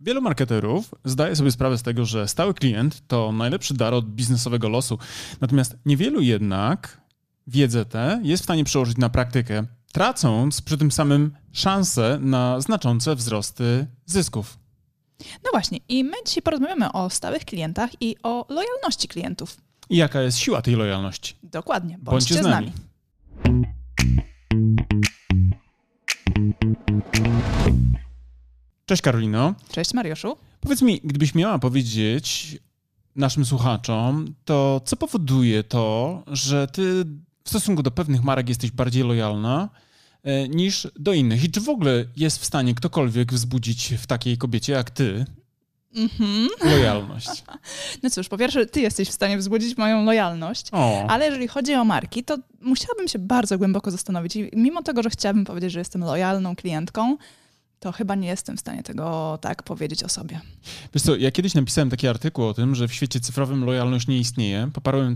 Wielu marketerów zdaje sobie sprawę z tego, że stały klient to najlepszy dar od biznesowego losu. Natomiast niewielu jednak wiedzę tę jest w stanie przełożyć na praktykę, tracąc przy tym samym szansę na znaczące wzrosty zysków. No właśnie, i my dzisiaj porozmawiamy o stałych klientach i o lojalności klientów. I jaka jest siła tej lojalności? Dokładnie, Bądźcie z nami. Cześć Karolino. Cześć Mariuszu. Powiedz mi, gdybyś miała powiedzieć naszym słuchaczom, to co powoduje to, że ty w stosunku do pewnych marek jesteś bardziej lojalna niż do innych? I czy w ogóle jest w stanie ktokolwiek wzbudzić w takiej kobiecie jak ty lojalność? No cóż, po pierwsze, ty jesteś w stanie wzbudzić moją lojalność, ale jeżeli chodzi o marki, to musiałabym się bardzo głęboko zastanowić. I mimo tego, że chciałabym powiedzieć, że jestem lojalną klientką, to chyba nie jestem w stanie tego tak powiedzieć o sobie. Wiesz co, ja kiedyś napisałem taki artykuł o tym, że w świecie cyfrowym lojalność nie istnieje. Poparłem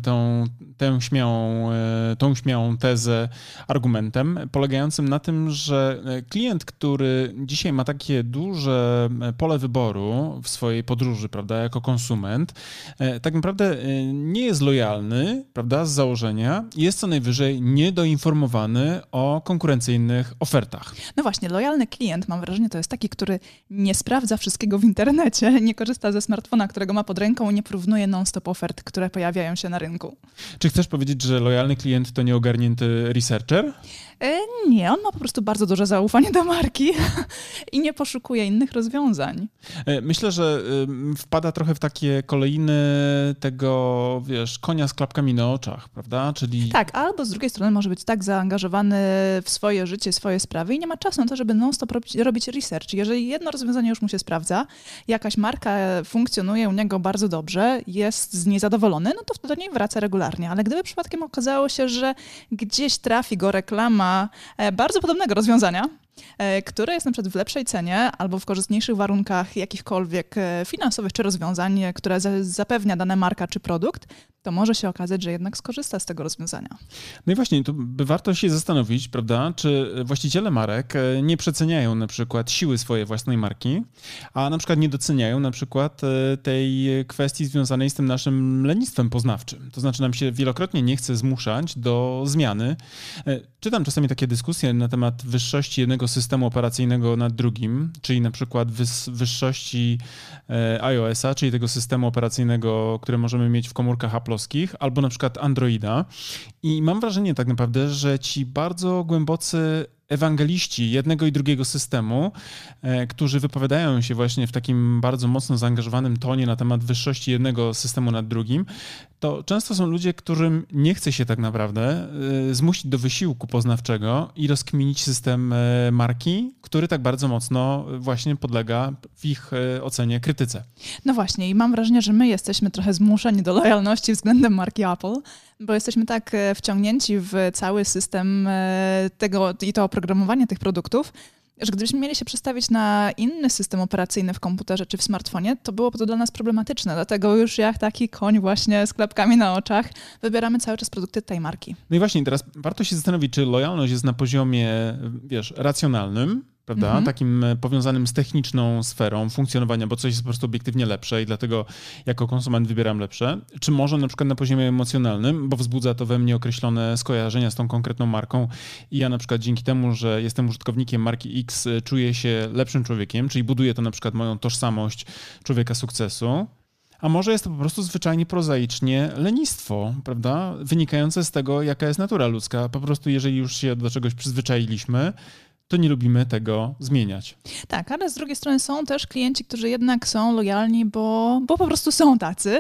tą śmiałą tezę argumentem polegającym na tym, że klient, który dzisiaj ma takie duże pole wyboru w swojej podróży, prawda, jako konsument, tak naprawdę nie jest lojalny, prawda, z założenia i jest co najwyżej niedoinformowany o konkurencyjnych ofertach. No właśnie, lojalny klient, mam wrażenie, to jest taki, który nie sprawdza wszystkiego w internecie, nie korzysta ze smartfona, którego ma pod ręką i nie porównuje non-stop ofert, które pojawiają się na rynku. Czy chcesz powiedzieć, że lojalny klient to nieogarnięty researcher? Nie, on ma po prostu bardzo duże zaufanie do marki i nie poszukuje innych rozwiązań. Myślę, że wpada trochę w takie kolejny tego, wiesz, konia z klapkami na oczach, prawda? Czyli... Tak, albo z drugiej strony może być tak zaangażowany w swoje życie, swoje sprawy i nie ma czasu na to, żeby non-stop robić research. Jeżeli jedno rozwiązanie już mu się sprawdza, jakaś marka funkcjonuje u niego bardzo dobrze, jest z niej zadowolony, no to do niej wraca regularnie. Ale gdyby przypadkiem okazało się, że gdzieś trafi go reklama bardzo podobnego rozwiązania, które jest na przykład w lepszej cenie albo w korzystniejszych warunkach jakichkolwiek finansowych czy rozwiązań, które zapewnia dana marka czy produkt, to może się okazać, że jednak skorzysta z tego rozwiązania. No i właśnie, tu by warto się zastanowić, prawda, czy właściciele marek nie przeceniają na przykład siły swojej własnej marki, a na przykład nie doceniają na przykład tej kwestii związanej z tym naszym lenistwem poznawczym. To znaczy nam się wielokrotnie nie chce zmuszać do zmiany. Czytam czasami takie dyskusje na temat wyższości jednego systemu operacyjnego nad drugim, czyli na przykład wyższości iOS-a, czyli tego systemu operacyjnego, który możemy mieć w komórkach aploskich, albo na przykład Androida. I mam wrażenie tak naprawdę, że ci bardzo głębocy ewangeliści jednego i drugiego systemu, którzy wypowiadają się właśnie w takim bardzo mocno zaangażowanym tonie na temat wyższości jednego systemu nad drugim, to często są ludzie, którym nie chce się tak naprawdę zmusić do wysiłku poznawczego i rozkminić system marki, który tak bardzo mocno właśnie podlega w ich ocenie krytyce. No właśnie i mam wrażenie, że my jesteśmy trochę zmuszeni do lojalności względem marki Apple, bo jesteśmy tak wciągnięci w cały system tego i to oprogramowanie tych produktów, że gdybyśmy mieli się przestawić na inny system operacyjny w komputerze czy w smartfonie, to byłoby to dla nas problematyczne. Dlatego już jak taki koń właśnie z klapkami na oczach wybieramy cały czas produkty tej marki. No i właśnie teraz warto się zastanowić, czy lojalność jest na poziomie, wiesz, racjonalnym, prawda? Takim powiązanym z techniczną sferą funkcjonowania, bo coś jest po prostu obiektywnie lepsze i dlatego jako konsument wybieram lepsze. Czy może na przykład na poziomie emocjonalnym, bo wzbudza to we mnie określone skojarzenia z tą konkretną marką i ja na przykład dzięki temu, że jestem użytkownikiem marki X, czuję się lepszym człowiekiem, czyli buduje to na przykład moją tożsamość człowieka sukcesu. A może jest to po prostu zwyczajnie prozaicznie lenistwo, prawda? Wynikające z tego, jaka jest natura ludzka. Po prostu jeżeli już się do czegoś przyzwyczailiśmy, to nie lubimy tego zmieniać. Tak, ale z drugiej strony są też klienci, którzy jednak są lojalni, bo po prostu są tacy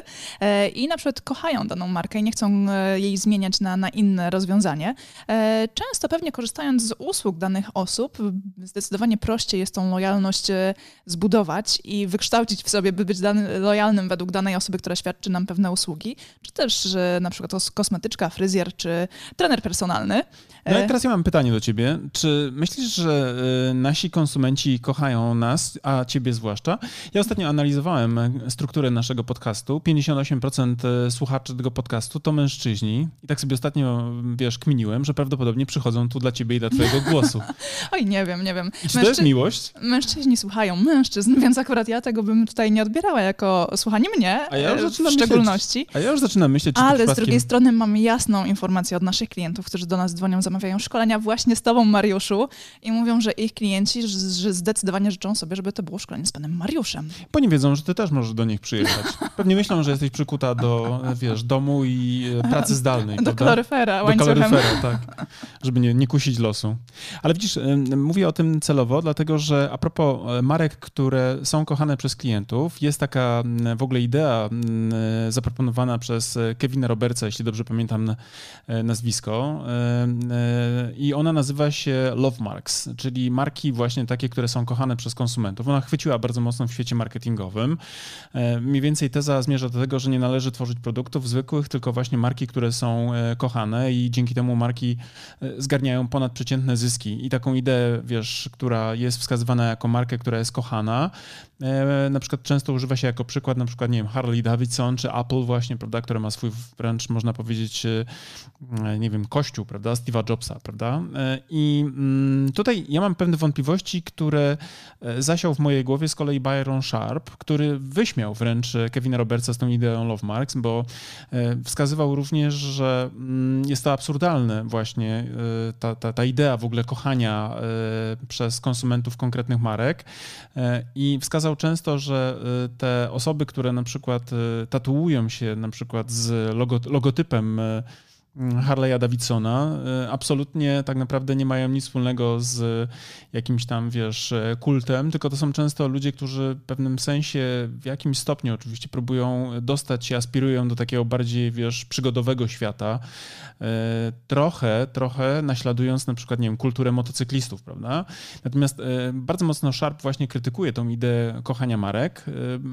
i na przykład kochają daną markę i nie chcą jej zmieniać na inne rozwiązanie. Często pewnie korzystając z usług danych osób, zdecydowanie prościej jest tą lojalność zbudować i wykształcić w sobie, by być lojalnym według danej osoby, która świadczy nam pewne usługi, czy też na przykład kosmetyczka, fryzjer, czy trener personalny. No i teraz ja mam pytanie do ciebie. Czy myślisz, mówisz, że nasi konsumenci kochają nas, a ciebie zwłaszcza. Ja ostatnio analizowałem strukturę naszego podcastu. 58% słuchaczy tego podcastu to mężczyźni. I tak sobie ostatnio, kminiłem, że prawdopodobnie przychodzą tu dla ciebie i dla twojego głosu. Oj, nie wiem. I czy to jest miłość? Mężczyźni słuchają mężczyzn, więc akurat ja tego bym tutaj nie odbierała jako słuchanie mnie w szczególności. A ja już zaczynam myśleć, czy ale przypadkiem... z drugiej strony mamy jasną informację od naszych klientów, którzy do nas dzwonią, zamawiają szkolenia właśnie z tobą, Mariuszu, i mówią, że ich klienci że zdecydowanie życzą sobie, żeby to było szkolenie z panem Mariuszem. Bo nie wiedzą, że ty też możesz do nich przyjechać. Pewnie myślą, że jesteś przykuta do, domu i pracy zdalnej. Do kaloryfera łańcuchem. Do kaloryfera, tak. Żeby nie kusić losu. Ale widzisz, mówię o tym celowo, dlatego że a propos marek, które są kochane przez klientów, jest taka w ogóle idea zaproponowana przez Kevina Robertsa, jeśli dobrze pamiętam nazwisko, i ona nazywa się Love Marks, czyli marki właśnie takie, które są kochane przez konsumentów. Ona chwyciła bardzo mocno w świecie marketingowym. Mniej więcej teza zmierza do tego, że nie należy tworzyć produktów zwykłych, tylko właśnie marki, które są kochane i dzięki temu marki zgarniają ponadprzeciętne zyski. I taką ideę, która jest wskazywana jako markę, która jest kochana, na przykład często używa się jako przykład, na przykład, nie wiem, Harley Davidson czy Apple właśnie, prawda, które ma swój wręcz, można powiedzieć, nie wiem, kościół, prawda, Steve'a Jobsa, prawda. I tutaj ja mam pewne wątpliwości, które zasiał w mojej głowie z kolei Byron Sharp, który wyśmiał wręcz Kevina Robertsa z tą ideą Love Marks, bo wskazywał również, że jest to absurdalne właśnie ta idea w ogóle kochania przez konsumentów konkretnych marek i wskazał często, że te osoby, które na przykład tatuują się na przykład z logotypem Harley'a Davidsona, absolutnie tak naprawdę nie mają nic wspólnego z jakimś tam, kultem, tylko to są często ludzie, którzy w pewnym sensie, w jakimś stopniu oczywiście próbują dostać się, aspirują do takiego bardziej, przygodowego świata, trochę naśladując na przykład, nie wiem, kulturę motocyklistów, prawda? Natomiast bardzo mocno Sharp właśnie krytykuje tą ideę kochania marek,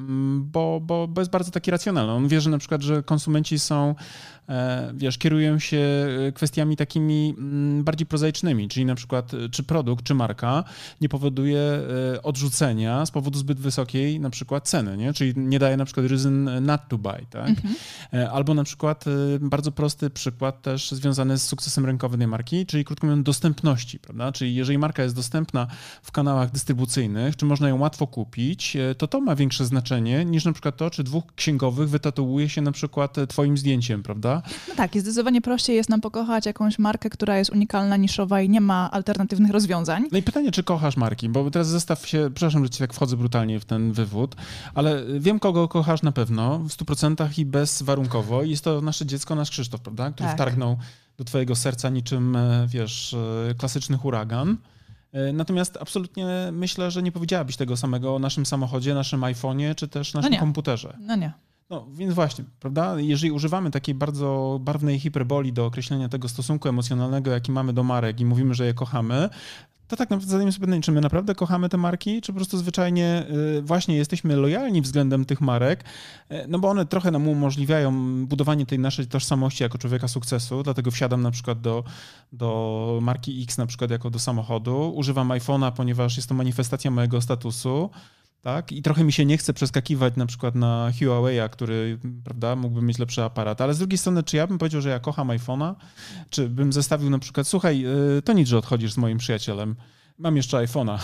bo jest bardzo taki racjonalny. On wierzy na przykład, że konsumenci są, kierują się kwestiami takimi bardziej prozaicznymi, czyli na przykład czy produkt, czy marka nie powoduje odrzucenia z powodu zbyt wysokiej na przykład ceny, nie? Czyli nie daje na przykład reason not to buy, tak? Albo na przykład bardzo prosty przykład też związany z sukcesem rynkowym tej marki, czyli krótko mówiąc dostępności, prawda? Czyli jeżeli marka jest dostępna w kanałach dystrybucyjnych, czy można ją łatwo kupić, to ma większe znaczenie niż na przykład to, czy dwóch księgowych wytatuuje się na przykład twoim zdjęciem, prawda? No tak, jest zdecydowanie prościej jest nam pokochać jakąś markę, która jest unikalna, niszowa i nie ma alternatywnych rozwiązań. No i pytanie, czy kochasz marki? Bo teraz zestaw się, przepraszam, że ci tak wchodzę brutalnie w ten wywód, ale wiem, kogo kochasz na pewno, w 100% i bezwarunkowo. Jest to nasze dziecko, nasz Krzysztof, prawda? Który wtargnął do twojego serca niczym, klasyczny huragan. Natomiast absolutnie myślę, że nie powiedziałabyś tego samego o naszym samochodzie, naszym iPhone'ie, czy też naszym komputerze. No nie. No więc właśnie, prawda? Jeżeli używamy takiej bardzo barwnej hiperboli do określenia tego stosunku emocjonalnego, jaki mamy do marek i mówimy, że je kochamy, to tak naprawdę zadajmy sobie pytanie, czy my naprawdę kochamy te marki, czy po prostu zwyczajnie właśnie jesteśmy lojalni względem tych marek, no bo one trochę nam umożliwiają budowanie tej naszej tożsamości jako człowieka sukcesu, dlatego wsiadam na przykład do marki X na przykład jako do samochodu, używam iPhone'a, ponieważ jest to manifestacja mojego statusu, tak? I trochę mi się nie chce przeskakiwać na przykład na Huawei'a, który, prawda, mógłby mieć lepszy aparat. Ale z drugiej strony, czy ja bym powiedział, że ja kocham iPhone'a? Czy bym zestawił na przykład, słuchaj, to nic, że odchodzisz z moim przyjacielem. Mam jeszcze iPhone'a,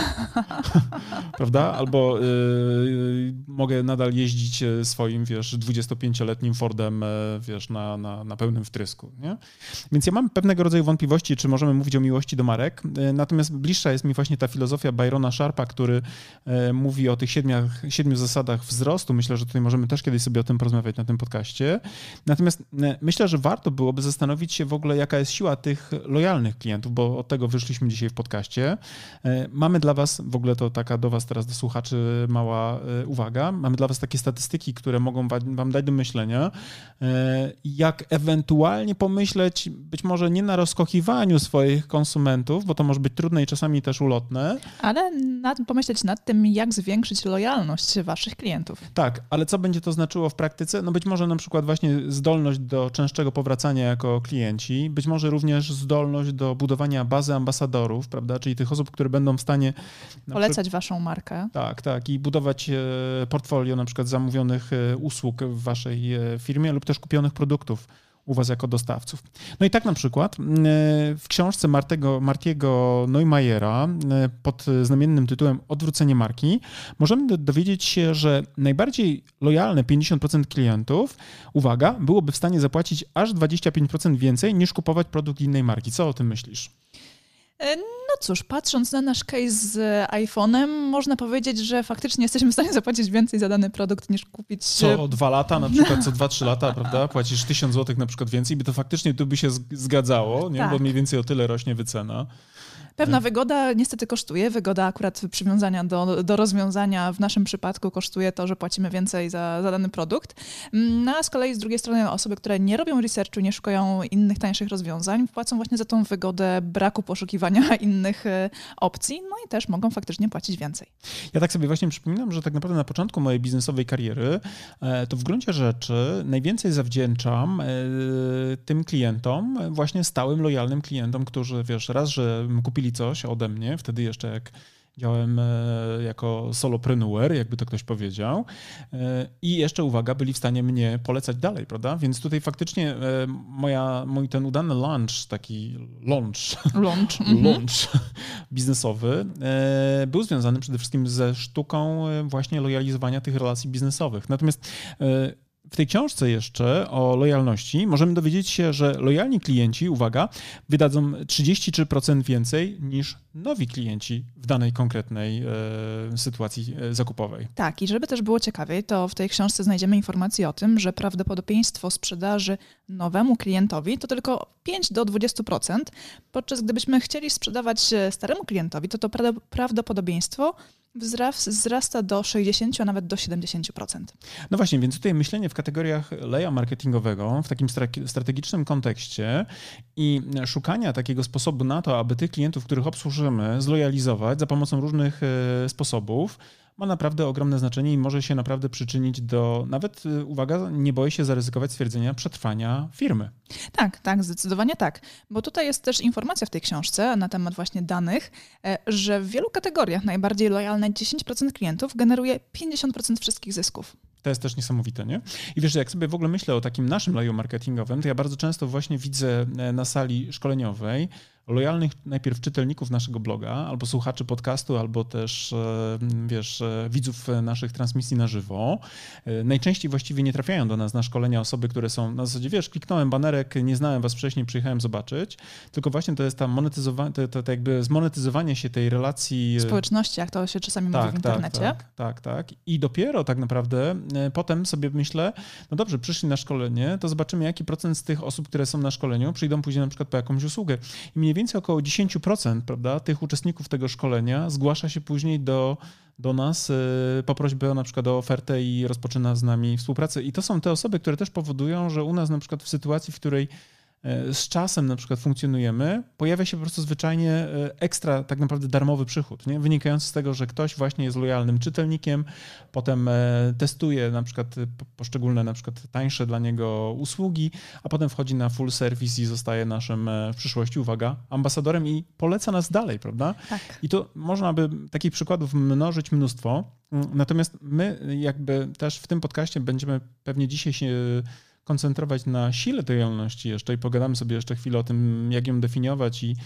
prawda? Albo mogę nadal jeździć swoim, 25-letnim Fordem, na pełnym wtrysku, nie? Więc ja mam pewnego rodzaju wątpliwości, czy możemy mówić o miłości do marek, natomiast bliższa jest mi właśnie ta filozofia Byrona Sharpa, który mówi o tych 7 zasadach wzrostu. Myślę, że tutaj możemy też kiedyś sobie o tym porozmawiać na tym podcaście. Natomiast myślę, że warto byłoby zastanowić się w ogóle, jaka jest siła tych lojalnych klientów, bo od tego wyszliśmy dzisiaj w podcaście. Mamy dla was, w ogóle to taka do was teraz, do słuchaczy mała uwaga, mamy dla was takie statystyki, które mogą wam dać do myślenia, jak ewentualnie pomyśleć, być może nie na rozkochiwaniu swoich konsumentów, bo to może być trudne i czasami też ulotne. Ale pomyśleć nad tym, jak zwiększyć lojalność waszych klientów. Tak, ale co będzie to znaczyło w praktyce? No być może na przykład właśnie zdolność do częstszego powracania jako klienci, być może również zdolność do budowania bazy ambasadorów, prawda, czyli tych osób, które będą w stanie polecać waszą markę. Tak, i budować portfolio na przykład zamówionych usług w waszej firmie lub też kupionych produktów u was jako dostawców. No i tak na przykład w książce Martiego Neumeyera pod znamiennym tytułem Odwrócenie marki możemy dowiedzieć się, że najbardziej lojalne 50% klientów, uwaga, byłoby w stanie zapłacić aż 25% więcej niż kupować produkt innej marki. Co o tym myślisz? No cóż, patrząc na nasz case z iPhone'em, można powiedzieć, że faktycznie jesteśmy w stanie zapłacić więcej za dany produkt niż kupić... Co 2 lata, na przykład co 2-3 lata, prawda? Płacisz 1000 zł na przykład więcej, by to faktycznie tu by się zgadzało, nie? Tak. Bo mniej więcej o tyle rośnie wycena. Pewna wygoda niestety kosztuje. Wygoda akurat przywiązania do rozwiązania w naszym przypadku kosztuje to, że płacimy więcej za dany produkt. No a z kolei z drugiej strony osoby, które nie robią researchu, nie szukają innych, tańszych rozwiązań, płacą właśnie za tą wygodę braku poszukiwania innych opcji, no i też mogą faktycznie płacić więcej. Ja tak sobie właśnie przypominam, że tak naprawdę na początku mojej biznesowej kariery to w gruncie rzeczy najwięcej zawdzięczam tym klientom, właśnie stałym, lojalnym klientom, którzy raz, że kupili coś ode mnie, wtedy jeszcze jak działałem jako solopreneur, jakby to ktoś powiedział. I jeszcze, uwaga, byli w stanie mnie polecać dalej, prawda? Więc tutaj faktycznie mój ten udany launch biznesowy był związany przede wszystkim ze sztuką właśnie lojalizowania tych relacji biznesowych. Natomiast w tej książce jeszcze o lojalności możemy dowiedzieć się, że lojalni klienci, uwaga, wydadzą 33% więcej niż nowi klienci w danej konkretnej sytuacji zakupowej. Tak, i żeby też było ciekawiej, to w tej książce znajdziemy informację o tym, że prawdopodobieństwo sprzedaży nowemu klientowi to tylko 5 do 20%, podczas gdybyśmy chcieli sprzedawać staremu klientowi, to prawdopodobieństwo wzrasta do 60, a nawet do 70%. No właśnie, więc tutaj myślenie w kategoriach leja marketingowego, w takim strategicznym kontekście i szukania takiego sposobu na to, aby tych klientów, których obsłużymy, zlojalizować za pomocą różnych sposobów, ma naprawdę ogromne znaczenie i może się naprawdę przyczynić do, nawet, uwaga, nie boję się zaryzykować stwierdzenia, przetrwania firmy. Tak, zdecydowanie tak. Bo tutaj jest też informacja w tej książce na temat właśnie danych, że w wielu kategoriach najbardziej lojalne 10% klientów generuje 50% wszystkich zysków. To jest też niesamowite, nie? I wiesz, jak sobie w ogóle myślę o takim naszym leju marketingowym, to ja bardzo często właśnie widzę na sali szkoleniowej lojalnych najpierw czytelników naszego bloga, albo słuchaczy podcastu, albo też, widzów naszych transmisji na żywo. Najczęściej właściwie nie trafiają do nas na szkolenia osoby, które są na zasadzie, kliknąłem banerek, nie znałem was wcześniej, przyjechałem zobaczyć, tylko właśnie to jest to jakby zmonetyzowanie się tej relacji... Społeczności, jak to się czasami mówi w internecie. Tak. I dopiero tak naprawdę potem sobie myślę, no dobrze, przyszli na szkolenie, to zobaczymy, jaki procent z tych osób, które są na szkoleniu, przyjdą później na przykład po jakąś usługę. I mniej więcej około 10%, prawda, tych uczestników tego szkolenia zgłasza się później do nas po prośbę na przykład o ofertę i rozpoczyna z nami współpracę. I to są te osoby, które też powodują, że u nas na przykład w sytuacji, w której z czasem na przykład funkcjonujemy, pojawia się po prostu zwyczajnie ekstra tak naprawdę darmowy przychód, nie? Wynikający z tego, że ktoś właśnie jest lojalnym czytelnikiem, potem testuje na przykład poszczególne na przykład tańsze dla niego usługi, a potem wchodzi na full service i zostaje naszym w przyszłości, uwaga, ambasadorem i poleca nas dalej, prawda? Tak. I to można by takich przykładów mnożyć mnóstwo, natomiast my jakby też w tym podcaście będziemy pewnie dzisiaj się koncentrować na sile tej lojalności jeszcze i pogadamy sobie jeszcze chwilę o tym, jak ją definiować i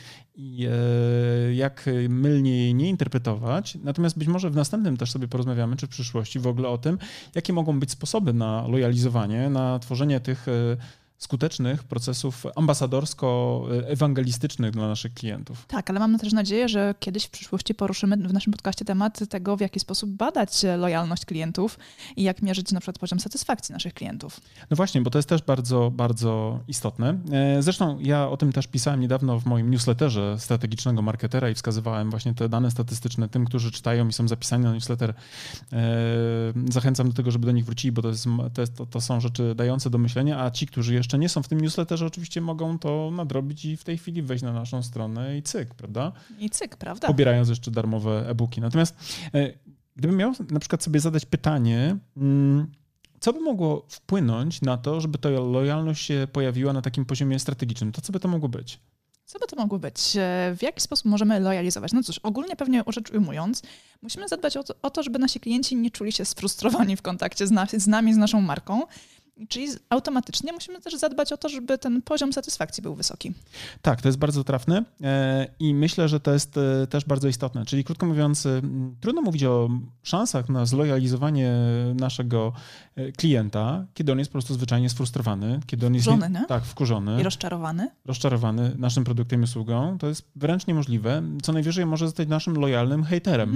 jak mylnie jej nie interpretować. Natomiast być może w następnym też sobie porozmawiamy, czy w przyszłości w ogóle o tym, jakie mogą być sposoby na lojalizowanie, na tworzenie tych skutecznych procesów ambasadorsko-ewangelistycznych dla naszych klientów. Tak, ale mam też nadzieję, że kiedyś w przyszłości poruszymy w naszym podcaście temat tego, w jaki sposób badać lojalność klientów i jak mierzyć na przykład poziom satysfakcji naszych klientów. No właśnie, bo to jest też bardzo, bardzo istotne. Zresztą ja o tym też pisałem niedawno w moim newsletterze strategicznego marketera i wskazywałem właśnie te dane statystyczne tym, którzy czytają i są zapisani na newsletter. Zachęcam do tego, żeby do nich wrócili, bo to są rzeczy dające do myślenia, a ci, którzy jeszcze nie są w tym newsletterze, oczywiście mogą to nadrobić i w tej chwili wejść na naszą stronę i cyk, prawda? Prawda. Pobierając jeszcze darmowe e-booki. Natomiast gdybym miał na przykład sobie zadać pytanie, co by mogło wpłynąć na to, żeby ta lojalność się pojawiła na takim poziomie strategicznym, to co by to mogło być? Co by to mogło być? W jaki sposób możemy lojalizować? No cóż, ogólnie pewnie rzecz ujmując, musimy zadbać o to, żeby nasi klienci nie czuli się sfrustrowani w kontakcie z nami, z naszą marką. Czyli automatycznie musimy też zadbać o to, żeby ten poziom satysfakcji był wysoki. Tak, to jest bardzo trafne i myślę, że to jest też bardzo istotne. Czyli krótko mówiąc, trudno mówić o szansach na zlojalizowanie naszego klienta, kiedy on jest po prostu zwyczajnie sfrustrowany, kiedy on jest wkurzony, nie? Tak, wkurzony. I rozczarowany naszym produktem i usługą. To jest wręcz niemożliwe. Co najwyżej może zostać naszym lojalnym hejterem.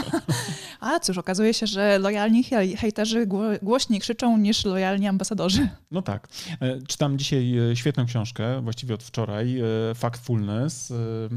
A cóż, okazuje się, że lojalni hejterzy głośniej krzyczą niż lojalni ambasadorzy. No tak. Czytam dzisiaj świetną książkę, właściwie od wczoraj, Factfulness.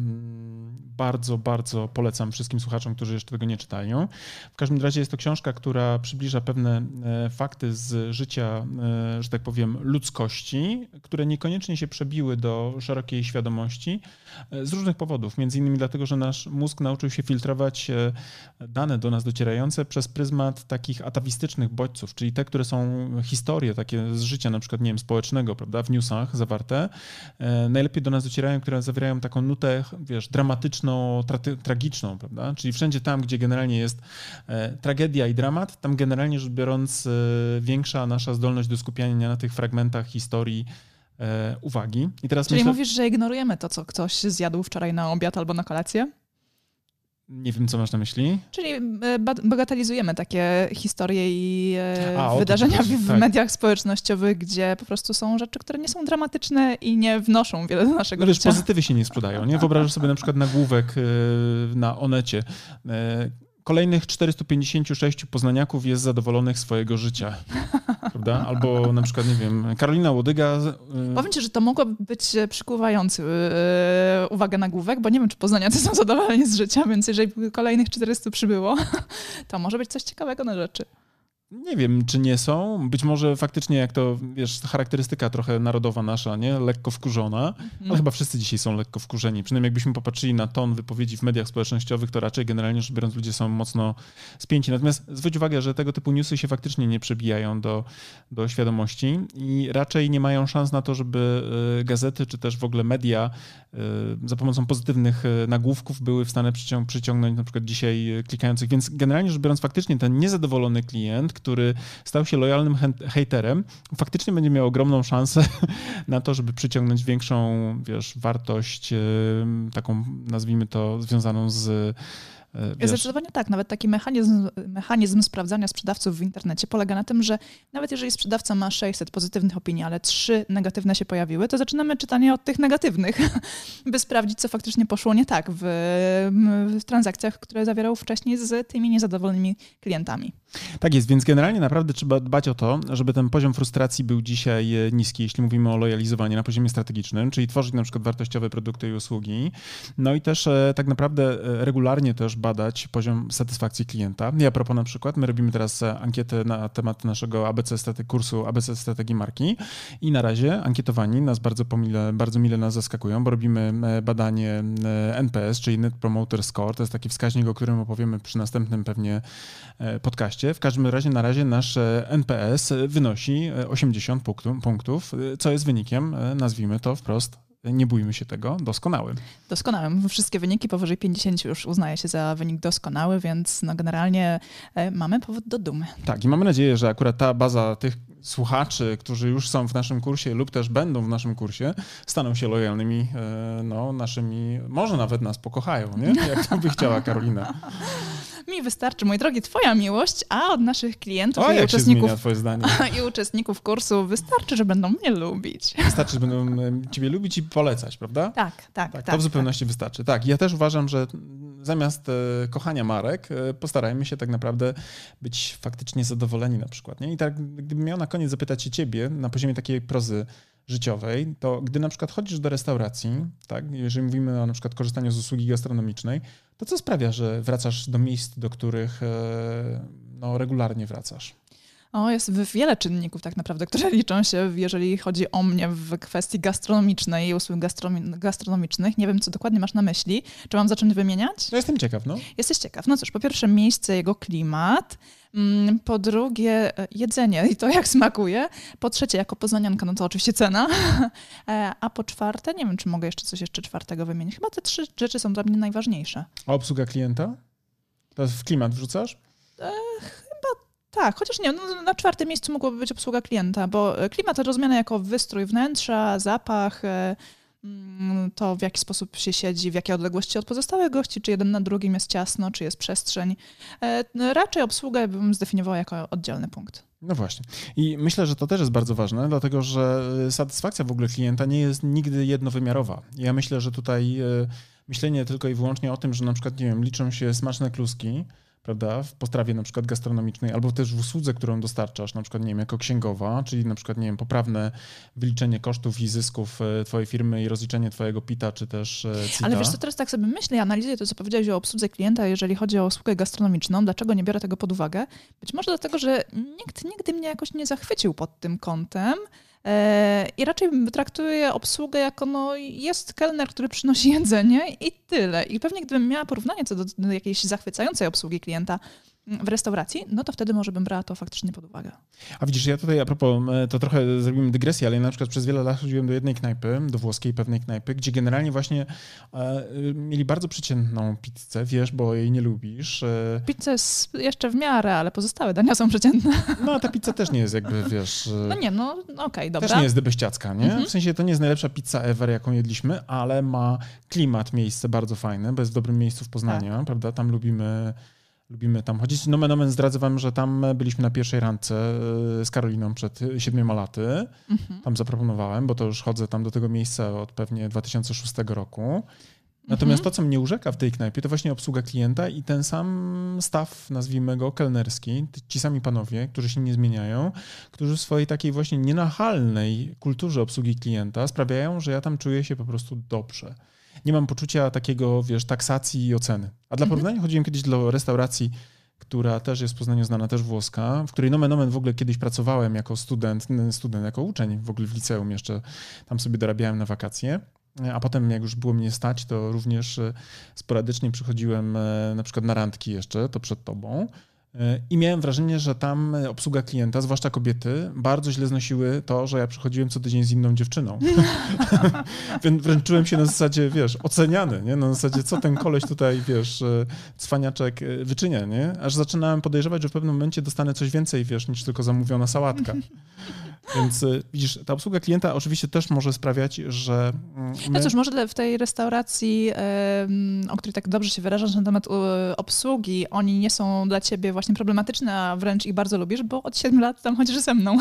Bardzo, bardzo polecam wszystkim słuchaczom, którzy jeszcze tego nie czytają. W każdym razie jest to książka, która przybliża pewne fakty z życia, że tak powiem, ludzkości, które niekoniecznie się przebiły do szerokiej świadomości z różnych powodów. Między innymi dlatego, że nasz mózg nauczył się filtrować dane do nas docierające przez pryzmat takich atawistycznych bodźców, czyli te, które są historie takie z życia na przykład, nie wiem, społecznego, prawda, w newsach zawarte, najlepiej do nas docierają, które zawierają taką nutę, wiesz, dramatyczną, tragiczną, prawda, czyli wszędzie tam, gdzie generalnie jest tragedia i dramat, tam generalnie rzecz biorąc większa nasza zdolność do skupiania na tych fragmentach historii uwagi. I teraz Czyli mówisz, że ignorujemy to, co ktoś zjadł wczoraj na obiad albo na kolację? Nie wiem, co masz na myśli. Czyli bagatelizujemy takie historie i wydarzenia w tak. mediach społecznościowych, gdzie po prostu są rzeczy, które nie są dramatyczne i nie wnoszą wiele do naszego życia. życia. Pozytywy się nie sprzedają. Nie? Wyobrażasz sobie na przykład nagłówek na Onecie. Kolejnych 456 poznaniaków jest zadowolonych swojego życia. Prawda? Albo na przykład, nie wiem, Karolina Łodyga... Powiem ci, że to mogłoby być przykuwający uwagę nagłówek, bo nie wiem, czy poznaniacy są zadowoleni z życia, więc jeżeli kolejnych 400 przybyło, to może być coś ciekawego na rzeczy. Nie wiem, czy nie są. Być może faktycznie, jak to, wiesz, charakterystyka trochę narodowa nasza, nie? Lekko wkurzona, ale chyba wszyscy dzisiaj są lekko wkurzeni. Przynajmniej jakbyśmy popatrzyli na ton wypowiedzi w mediach społecznościowych, to raczej generalnie rzecz biorąc ludzie są mocno spięci. Natomiast zwróć uwagę, że tego typu newsy się faktycznie nie przebijają do świadomości i raczej nie mają szans na to, żeby gazety, czy też w ogóle media za pomocą pozytywnych nagłówków były w stanie przyciągnąć na przykład dzisiaj klikających. Więc generalnie rzecz biorąc faktycznie ten niezadowolony klient, który stał się lojalnym hejterem, faktycznie będzie miał ogromną szansę na to, żeby przyciągnąć większą, wiesz, wartość, taką, nazwijmy to, związaną z... Zdecydowanie tak. Nawet taki mechanizm sprawdzania sprzedawców w internecie polega na tym, że nawet jeżeli sprzedawca ma 600 pozytywnych opinii, ale 3 negatywne się pojawiły, to zaczynamy czytanie od tych negatywnych, by sprawdzić, co faktycznie poszło nie tak w transakcjach, które zawierał wcześniej z tymi niezadowolonymi klientami. Tak jest, więc generalnie naprawdę trzeba dbać o to, żeby ten poziom frustracji był dzisiaj niski, jeśli mówimy o lojalizowaniu na poziomie strategicznym, czyli tworzyć na przykład wartościowe produkty i usługi, no i też tak naprawdę regularnie też badać poziom satysfakcji klienta. I a propos na przykład, my robimy teraz ankietę na temat naszego kursu ABC Strategii Marki i na razie ankietowani nas bardzo mile nas zaskakują, bo robimy badanie NPS, czyli Net Promoter Score, to jest taki wskaźnik, o którym opowiemy przy następnym pewnie podcaście. W każdym razie na razie nasz NPS wynosi 80 punktów, co jest wynikiem, nazwijmy to wprost, nie bójmy się tego, doskonałym. Doskonałym. Wszystkie wyniki powyżej 50 już uznaje się za wynik doskonały, więc no generalnie mamy powód do dumy. Tak, i mamy nadzieję, że akurat ta baza tych słuchaczy, którzy już są w naszym kursie lub też będą w naszym kursie, staną się lojalnymi naszymi, może nawet nas pokochają, nie? Jak to by chciała Karolina. Mi wystarczy, mój drogi, twoja miłość, a od naszych klientów i uczestników twoje zdanie. I uczestników kursu wystarczy, że będą mnie lubić. Wystarczy, że będą ciebie lubić i polecać, prawda? Tak. To w zupełności wystarczy. Tak, ja też uważam, że zamiast kochania marek, postarajmy się tak naprawdę być faktycznie zadowoleni na przykład. Nie? I tak, gdybym miał na koniec zapytać się ciebie na poziomie takiej prozy życiowej, to gdy na przykład chodzisz do restauracji, tak, jeżeli mówimy o na przykład korzystaniu z usługi gastronomicznej, to co sprawia, że wracasz do miejsc, do których regularnie wracasz? Jest wiele czynników tak naprawdę, które liczą się, jeżeli chodzi o mnie w kwestii gastronomicznej i usług gastronomicznych. Nie wiem, co dokładnie masz na myśli. Czy mam zacząć wymieniać? No jestem ciekaw, no. Jesteś ciekaw. No cóż, po pierwsze miejsce, jego klimat. Po drugie jedzenie i to jak smakuje. Po trzecie jako poznanianka, no to oczywiście cena. A po czwarte, nie wiem, czy mogę jeszcze czwartego wymienić. Chyba te 3 rzeczy są dla mnie najważniejsze. A obsługa klienta? To w klimat wrzucasz? Tak, chociaż nie, no, na 4. miejscu mogłoby być obsługa klienta, bo klimat rozumiany jako wystrój wnętrza, zapach, to w jaki sposób się siedzi, w jakiej odległości od pozostałych gości, czy jeden na drugim jest ciasno, czy jest przestrzeń. Raczej obsługę bym zdefiniowała jako oddzielny punkt. No właśnie. I myślę, że to też jest bardzo ważne, dlatego że satysfakcja w ogóle klienta nie jest nigdy jednowymiarowa. Ja myślę, że tutaj myślenie tylko i wyłącznie o tym, że na przykład, nie wiem, liczą się smaczne kluski, prawda, w potrawie na przykład gastronomicznej, albo też w usłudze, którą dostarczasz, na przykład, nie wiem, jako księgowa, czyli na przykład, nie wiem, poprawne wyliczenie kosztów i zysków twojej firmy i rozliczenie twojego PIT-a, czy też CIT-a. Ale wiesz co, teraz tak sobie myślę i analizuję to, co powiedziałeś o obsłudze klienta, jeżeli chodzi o usługę gastronomiczną. Dlaczego nie biorę tego pod uwagę? Być może dlatego, że nikt nigdy mnie jakoś nie zachwycił pod tym kątem. I raczej traktuję obsługę jako, no jest kelner, który przynosi jedzenie i tyle. I pewnie gdybym miała porównanie co do jakiejś zachwycającej obsługi klienta w restauracji, no to wtedy może bym brała to faktycznie pod uwagę. A widzisz, ja tutaj a propos, to trochę zrobimy dygresję, ale ja na przykład przez wiele lat chodziłem do jednej knajpy, do włoskiej pewnej knajpy, gdzie generalnie właśnie mieli bardzo przeciętną pizzę, wiesz, bo jej nie lubisz. Pizza jest jeszcze w miarę, ale pozostałe dania są przeciętne. No a ta pizza też nie jest jakby, wiesz... Okej, dobra. Też nie jest debeściacka, nie? W sensie to nie jest najlepsza pizza ever, jaką jedliśmy, ale ma klimat, miejsce bardzo fajne, bo jest w dobrym miejscu w Poznaniu, tak, prawda? Tam lubimy tam chodzić. Nomen omen zdradzę wam, że tam byliśmy na pierwszej randce z Karoliną przed 7 laty. Tam zaproponowałem, bo to już chodzę tam do tego miejsca od pewnie 2006 roku. Natomiast to, co mnie urzeka w tej knajpie, to właśnie obsługa klienta i ten sam staw, nazwijmy go, kelnerski, ci sami panowie, którzy się nie zmieniają, którzy w swojej takiej właśnie nienachalnej kulturze obsługi klienta sprawiają, że ja tam czuję się po prostu dobrze. Nie mam poczucia takiego, wiesz, taksacji i oceny. A dla porównania chodziłem kiedyś do restauracji, która też jest w Poznaniu znana, też włoska, w której nomen omen w ogóle kiedyś pracowałem jako student, jako uczeń w ogóle w liceum jeszcze, tam sobie dorabiałem na wakacje. A potem, jak już było mnie stać, to również sporadycznie przychodziłem na przykład na randki jeszcze, to przed tobą. I miałem wrażenie, że tam obsługa klienta, zwłaszcza kobiety, bardzo źle znosiły to, że ja przychodziłem co tydzień z inną dziewczyną. Więc wręcz czułem się na zasadzie, wiesz, oceniany, nie? Na zasadzie, co ten koleś tutaj, wiesz, cwaniaczek wyczynia, nie? Aż zaczynałem podejrzewać, że w pewnym momencie dostanę coś więcej, wiesz, niż tylko zamówiona sałatka. Więc widzisz, ta obsługa klienta oczywiście też może sprawiać, że... No cóż, może w tej restauracji, o której tak dobrze się wyrażasz na temat obsługi, oni nie są dla ciebie właśnie problematyczne, a wręcz ich bardzo lubisz, bo od 7 lat tam chodzisz ze mną.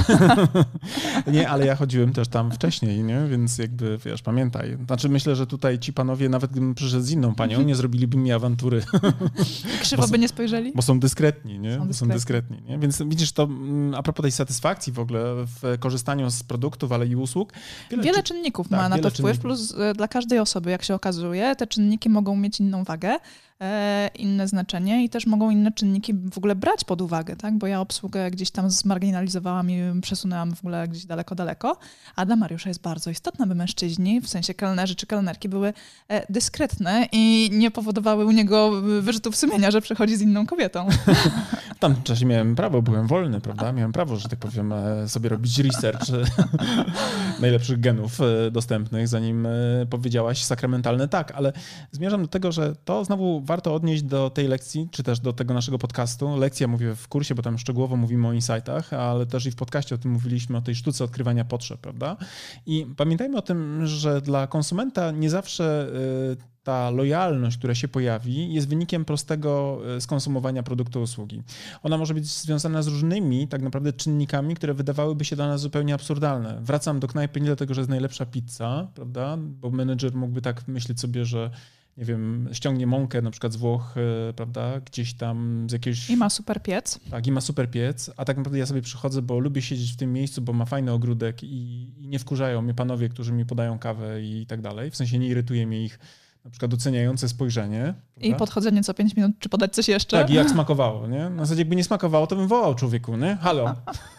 Nie, ale ja chodziłem też tam wcześniej, nie? Więc jakby, wiesz, pamiętaj. Znaczy myślę, że tutaj ci panowie, nawet gdybym przyszedł z inną panią, nie zrobiliby mi awantury. Krzywo by nie spojrzeli? Bo są dyskretni, nie? Są dyskretni, nie? Więc widzisz, to a propos tej satysfakcji w ogóle w korzystaniu z produktów, ale i usług. Wiele czynników ma na to wpływ, plus dla każdej osoby, jak się okazuje, te czynniki mogą mieć inną wagę, inne znaczenie i też mogą inne czynniki w ogóle brać pod uwagę, tak? Bo ja obsługę gdzieś tam zmarginalizowałam i przesunęłam w ogóle gdzieś daleko, a dla Mariusza jest bardzo istotna, by mężczyźni, w sensie kelnerzy czy kelnerki, były dyskretne i nie powodowały u niego wyrzutów sumienia, że przechodzi z inną kobietą. W tamtym czasie miałem prawo, byłem wolny, prawda? Miałem prawo, że tak powiem, sobie robić research najlepszych genów dostępnych, zanim powiedziałaś sakramentalne tak, ale zmierzam do tego, że to znowu warto odnieść do tej lekcji, czy też do tego naszego podcastu. Lekcja mówię w kursie, bo tam szczegółowo mówimy o insightach, ale też i w podcaście o tym mówiliśmy, o tej sztuce odkrywania potrzeb, prawda? I pamiętajmy o tym, że dla konsumenta nie zawsze ta lojalność, która się pojawi, jest wynikiem prostego skonsumowania produktu usługi. Ona może być związana z różnymi tak naprawdę czynnikami, które wydawałyby się dla nas zupełnie absurdalne. Wracam do knajpy nie dlatego, że jest najlepsza pizza, prawda? Bo menedżer mógłby tak myśleć sobie, że nie wiem, ściągnie mąkę na przykład z Włoch, prawda, gdzieś tam z jakiegoś... I ma super piec. Tak, i ma super piec, a tak naprawdę ja sobie przychodzę, bo lubię siedzieć w tym miejscu, bo ma fajny ogródek i nie wkurzają mnie panowie, którzy mi podają kawę i tak dalej. W sensie nie irytuje mnie ich na przykład doceniające spojrzenie. I podchodzenie co 5 minut, czy podać coś jeszcze? Tak, i jak smakowało, nie? Na zasadzie jakby nie smakowało, to bym wołał człowieku, nie? Halo.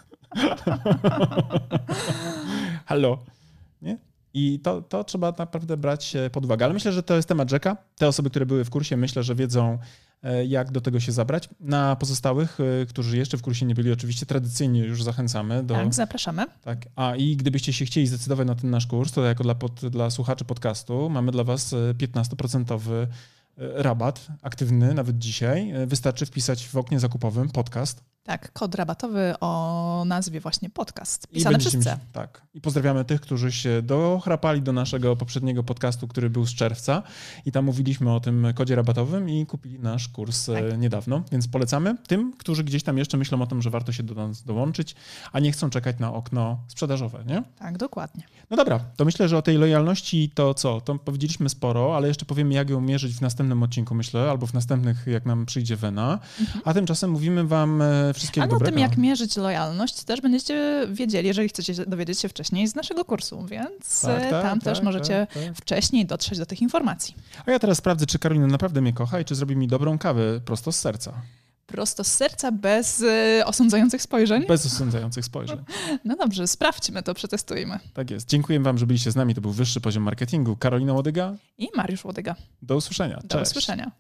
Halo. Nie? I to trzeba naprawdę brać pod uwagę. Ale myślę, że to jest temat rzeka. Te osoby, które były w kursie, myślę, że wiedzą, jak do tego się zabrać. Na pozostałych, którzy jeszcze w kursie nie byli, oczywiście tradycyjnie już zachęcamy. Tak, zapraszamy. Tak. I gdybyście się chcieli zdecydować na ten nasz kurs, to jako dla słuchaczy podcastu mamy dla was 15% rabat aktywny nawet dzisiaj. Wystarczy wpisać w oknie zakupowym podcast. Tak, kod rabatowy o nazwie właśnie podcast, pisane przez C. Tak. I pozdrawiamy tych, którzy się dochrapali do naszego poprzedniego podcastu, który był z czerwca i tam mówiliśmy o tym kodzie rabatowym i kupili nasz kurs niedawno, więc polecamy tym, którzy gdzieś tam jeszcze myślą o tym, że warto się do nas dołączyć, a nie chcą czekać na okno sprzedażowe, nie? Tak, dokładnie. No dobra, to myślę, że o tej lojalności to co? To powiedzieliśmy sporo, ale jeszcze powiemy, jak ją mierzyć w następnym odcinku, myślę, albo w następnych, jak nam przyjdzie wena. A tymczasem mówimy wam wszystkiego dobrego. A o tym, jak mierzyć lojalność, też będziecie wiedzieli, jeżeli chcecie dowiedzieć się wcześniej z naszego kursu, więc tam też możecie wcześniej dotrzeć do tych informacji. A ja teraz sprawdzę, czy Karolina naprawdę mnie kocha i czy zrobi mi dobrą kawę prosto z serca. Prosto z serca, bez osądzających spojrzeń? Bez osądzających spojrzeń. No dobrze, sprawdźmy to, przetestujmy. Tak jest. Dziękuję wam, że byliście z nami. To był Wyższy Poziom Marketingu. Karolina Łodyga i Mariusz Łodyga. Do usłyszenia. Cześć. Do usłyszenia.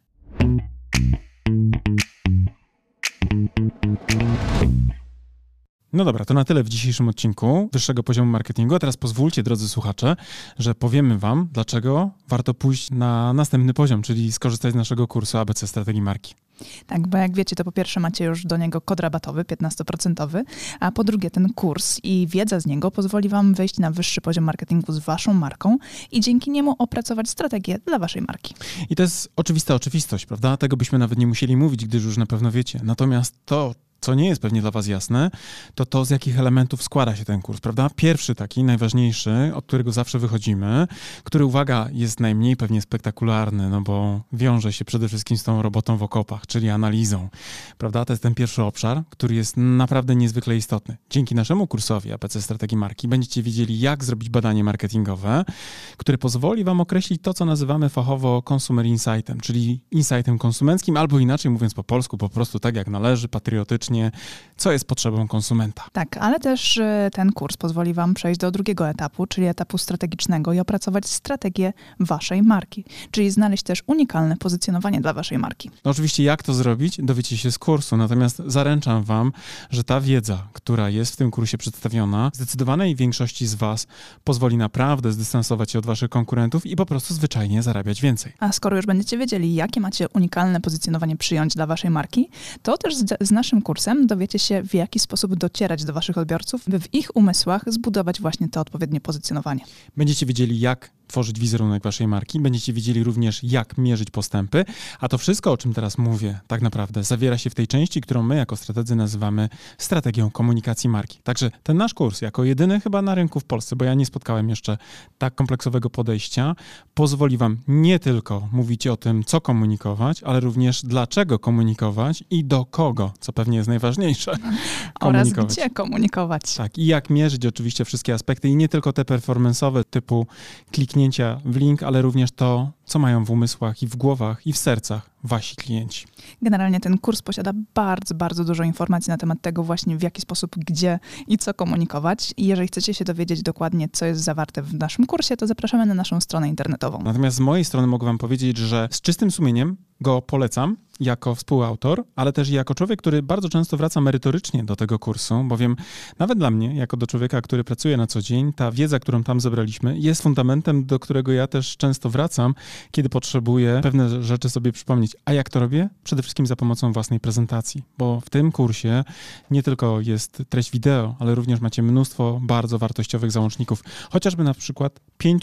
No dobra, to na tyle w dzisiejszym odcinku Wyższego Poziomu Marketingu. A teraz pozwólcie, drodzy słuchacze, że powiemy wam, dlaczego warto pójść na następny poziom, czyli skorzystać z naszego kursu ABC Strategii Marki. Tak, bo jak wiecie, to po pierwsze macie już do niego kod rabatowy 15%, a po drugie ten kurs i wiedza z niego pozwoli wam wejść na wyższy poziom marketingu z waszą marką i dzięki niemu opracować strategię dla waszej marki. I to jest oczywista oczywistość, prawda? Tego byśmy nawet nie musieli mówić, gdyż już na pewno wiecie. Natomiast to, co nie jest pewnie dla was jasne, to z jakich elementów składa się ten kurs, prawda? Pierwszy taki, najważniejszy, od którego zawsze wychodzimy, który, uwaga, jest najmniej pewnie spektakularny, no bo wiąże się przede wszystkim z tą robotą w okopach, czyli analizą, prawda? To jest ten pierwszy obszar, który jest naprawdę niezwykle istotny. Dzięki naszemu kursowi ABC Strategii Marki będziecie wiedzieli, jak zrobić badanie marketingowe, które pozwoli wam określić to, co nazywamy fachowo consumer insightem, czyli insightem konsumenckim, albo inaczej mówiąc po polsku, po prostu tak jak należy, patriotycznie, co jest potrzebą konsumenta. Tak, ale też ten kurs pozwoli wam przejść do drugiego etapu, czyli etapu strategicznego i opracować strategię waszej marki, czyli znaleźć też unikalne pozycjonowanie dla waszej marki. No oczywiście jak to zrobić, dowiecie się z kursu, natomiast zaręczam wam, że ta wiedza, która jest w tym kursie przedstawiona, zdecydowanej większości z was pozwoli naprawdę zdystansować się od waszych konkurentów i po prostu zwyczajnie zarabiać więcej. A skoro już będziecie wiedzieli, jakie macie unikalne pozycjonowanie przyjąć dla waszej marki, to też z naszym kursem dowiecie się, w jaki sposób docierać do waszych odbiorców, by w ich umysłach zbudować właśnie to odpowiednie pozycjonowanie. Będziecie wiedzieli, jak tworzyć wizerunek waszej marki, będziecie wiedzieli również, jak mierzyć postępy, a to wszystko, o czym teraz mówię, tak naprawdę zawiera się w tej części, którą my jako strategzy nazywamy strategią komunikacji marki. Także ten nasz kurs, jako jedyny chyba na rynku w Polsce, bo ja nie spotkałem jeszcze tak kompleksowego podejścia, pozwoli wam nie tylko mówić o tym, co komunikować, ale również dlaczego komunikować i do kogo, co pewnie jest najważniejsze. Oraz gdzie komunikować. Tak, i jak mierzyć oczywiście wszystkie aspekty i nie tylko te performance'owe typu kliknięcia w link, ale również to, co mają w umysłach i w głowach i w sercach wasi klienci. Generalnie ten kurs posiada bardzo, bardzo dużo informacji na temat tego właśnie, w jaki sposób, gdzie i co komunikować. I jeżeli chcecie się dowiedzieć dokładnie, co jest zawarte w naszym kursie, to zapraszamy na naszą stronę internetową. Natomiast z mojej strony mogę wam powiedzieć, że z czystym sumieniem go polecam jako współautor, ale też jako człowiek, który bardzo często wraca merytorycznie do tego kursu, bowiem nawet dla mnie, jako do człowieka, który pracuje na co dzień, ta wiedza, którą tam zebraliśmy, jest fundamentem, do którego ja też często wracam, kiedy potrzebuję pewne rzeczy sobie przypomnieć. A jak to robię? Przede wszystkim za pomocą własnej prezentacji, bo w tym kursie nie tylko jest treść wideo, ale również macie mnóstwo bardzo wartościowych załączników, chociażby na przykład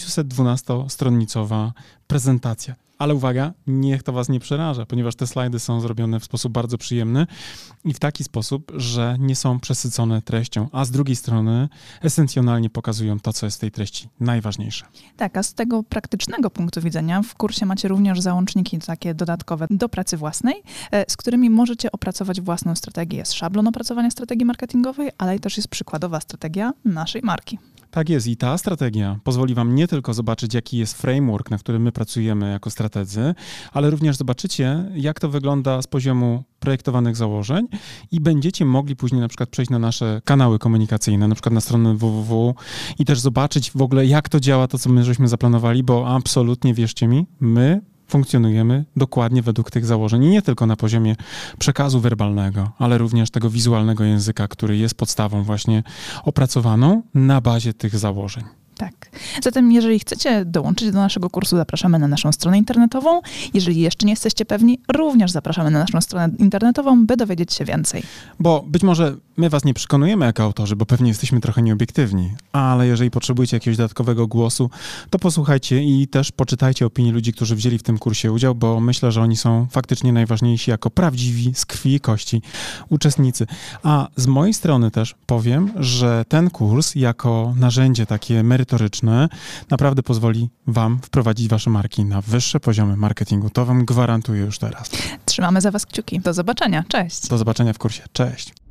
512-stronnicowa prezentacja. Ale uwaga, niech to was nie przeraża, ponieważ te slajdy są zrobione w sposób bardzo przyjemny i w taki sposób, że nie są przesycone treścią, a z drugiej strony esencjonalnie pokazują to, co jest w tej treści najważniejsze. Tak, a z tego praktycznego punktu widzenia w kursie macie również załączniki takie dodatkowe do pracy własnej, z którymi możecie opracować własną strategię. Jest szablon opracowania strategii marketingowej, ale też jest przykładowa strategia naszej marki. Tak jest i ta strategia pozwoli wam nie tylko zobaczyć, jaki jest framework, na którym my pracujemy jako strategzy, ale również zobaczycie, jak to wygląda z poziomu projektowanych założeń i będziecie mogli później na przykład przejść na nasze kanały komunikacyjne, na przykład na stronę www i też zobaczyć w ogóle, jak to działa, to co my żeśmy zaplanowali, bo absolutnie, wierzcie mi, my funkcjonujemy dokładnie według tych założeń i nie tylko na poziomie przekazu werbalnego, ale również tego wizualnego języka, który jest podstawą właśnie opracowaną na bazie tych założeń. Tak. Zatem jeżeli chcecie dołączyć do naszego kursu, zapraszamy na naszą stronę internetową. Jeżeli jeszcze nie jesteście pewni, również zapraszamy na naszą stronę internetową, by dowiedzieć się więcej. Bo być może my was nie przekonujemy jako autorzy, bo pewnie jesteśmy trochę nieobiektywni, ale jeżeli potrzebujecie jakiegoś dodatkowego głosu, to posłuchajcie i też poczytajcie opinii ludzi, którzy wzięli w tym kursie udział, bo myślę, że oni są faktycznie najważniejsi jako prawdziwi z krwi i kości uczestnicy. A z mojej strony też powiem, że ten kurs jako narzędzie takie merytoryczne naprawdę pozwoli wam wprowadzić wasze marki na wyższe poziomy marketingu. To wam gwarantuję już teraz. Trzymamy za was kciuki. Do zobaczenia. Cześć. Do zobaczenia w kursie. Cześć.